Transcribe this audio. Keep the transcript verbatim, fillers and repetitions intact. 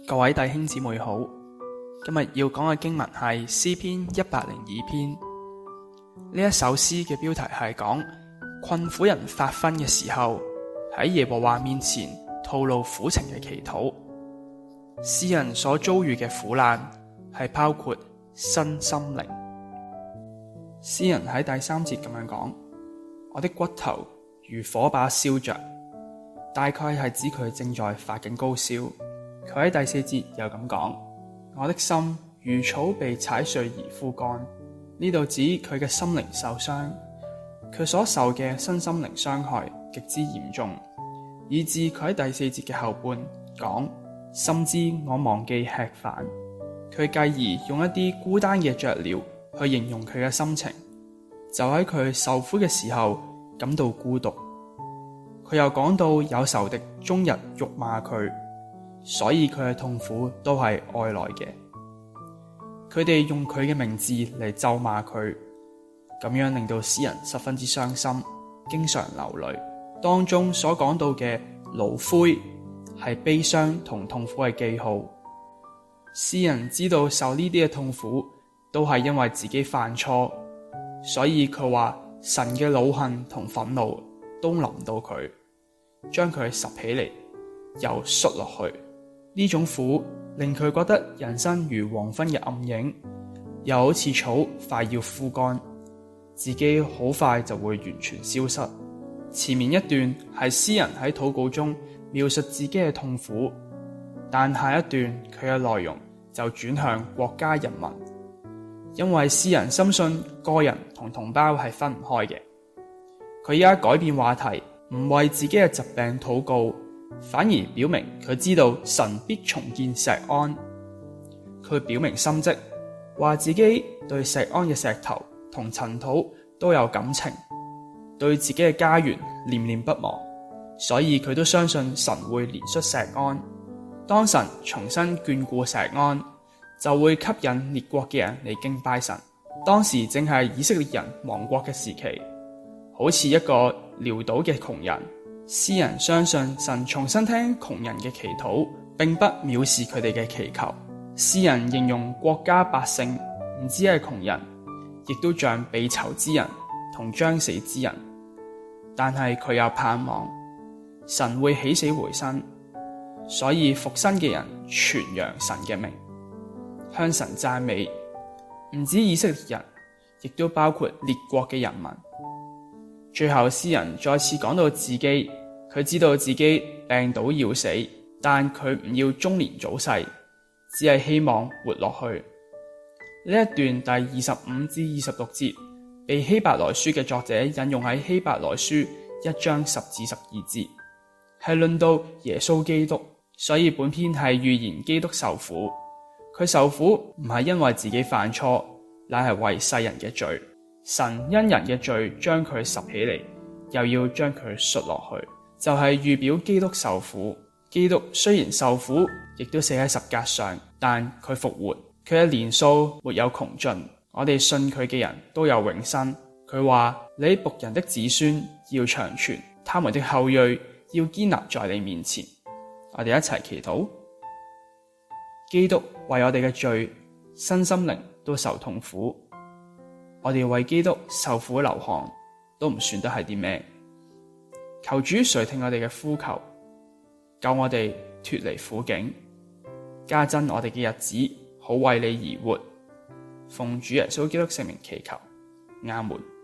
各位弟兄姊妹好，今日要講嘅經文係詩篇一百零二篇。呢一首詩嘅標題係講困苦人發昏嘅時候，喺耶和華面前吐露苦情嘅祈禱。詩人所遭遇嘅苦難係包括身心靈。詩人喺第三節咁樣講：我的骨頭如火把燒着，大概係指佢正在發緊高燒。佢喺第四節又咁講：我的心如草被踩碎而枯乾。呢度指佢嘅心靈受傷，佢所受嘅身心靈傷害極之嚴重，以致佢喺第四節嘅後半講：甚至我忘記吃飯。佢繼而用一啲孤單嘅雀鳥去形容佢嘅心情，就喺佢受苦嘅時候感到孤獨。佢又講到有仇敵終日辱罵佢，所以佢嘅痛苦都係外來嘅。佢哋用佢嘅名字嚟咒罵佢，咁樣令到詩人十分之傷心，經常流淚。當中所講到嘅爐灰係悲傷同痛苦嘅記號。詩人知道受呢啲嘅痛苦都係因為自己犯錯，所以佢話神嘅惱恨同憤怒都臨到佢，將佢拾起嚟又摔落去。呢種苦令佢覺得人生如黃昏嘅暗影，又好似草快要枯乾，自己好快就會完全消失。前面一段係詩人喺禱告中描述自己嘅痛苦，但下一段佢嘅內容就轉向國家人民，因為詩人深信個人同同胞係分唔開嘅。佢而家改變話題，唔為自己嘅疾病禱告，反而表明佢知道神必重建錫安。佢表明心跡，話自己對錫安嘅石頭同塵土都有感情，對自己嘅家園念念不忘，所以佢都相信神會憐恤錫安。當神重新眷顧錫安，就會吸引列國嘅人嚟敬拜神。當時正係以色列人亡國嘅時期，好似一個潦倒嘅窮人。詩人相信神重新聽窮人嘅祈禱，並不藐視佢哋嘅祈求。詩人形容國家百姓唔止係窮人，亦都像被囚之人同將死之人，但係佢又盼望神會起死回生，所以復生嘅人傳揚神嘅名，向神讚美。唔止以色列人，亦都包括列國嘅人民。最後詩人再次講到自己，佢知道自己病倒要死，但佢唔要中年早逝，只係希望活落去。呢一段第二十五至二十六節被希伯來書嘅作者引用喺希伯來書一章十至十二節，係論到耶穌基督，所以本篇係預言基督受苦。佢受苦唔係因為自己犯錯，乃係為世人嘅罪。神因人嘅罪將佢拾起嚟，又要將佢摔落去，就係預表基督受苦。基督雖然受苦，亦都死喺十架上，但佢復活，佢嘅年數沒有窮盡。我哋信佢嘅人都有永生。佢話：你僕人的子孫要長存，他們的後裔要堅立在你面前。我哋一齊祈禱。基督為我哋嘅罪，身心靈都受痛苦。我哋為基督受苦流汗，都唔算得係啲咩。求主垂聽我哋嘅呼求，救我哋脫離苦境，加增我哋嘅日子，好為你而活。奉主耶穌基督聖名祈求，阿門。